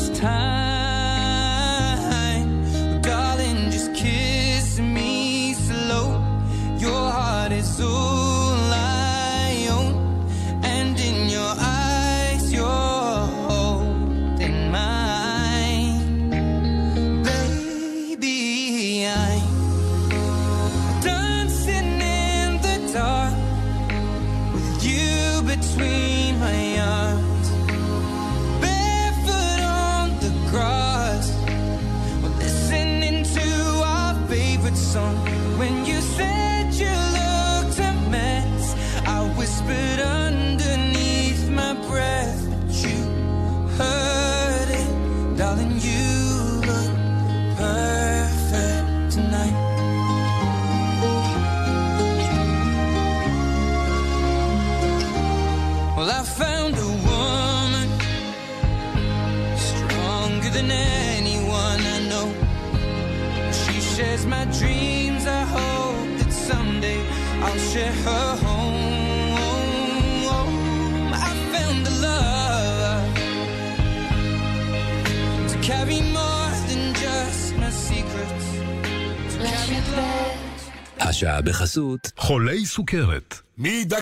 time. Darling, just kiss me slow. Your heart is all I own, and in your eyes you're holding mine. Baby, I'm dancing in the dark with you between my arms, barefoot on the grass, we're listening to our favorite song. When you said you looked a mess, I whispered underneath my breath, but you heard it, darling. You look perfect tonight. Well, I found a woman stronger than anyone I know. She shares my dreams. I hope that someday I'll share her home. I found a love to carry more than just my secrets. To carry השעה בחסות חולי סוכרת.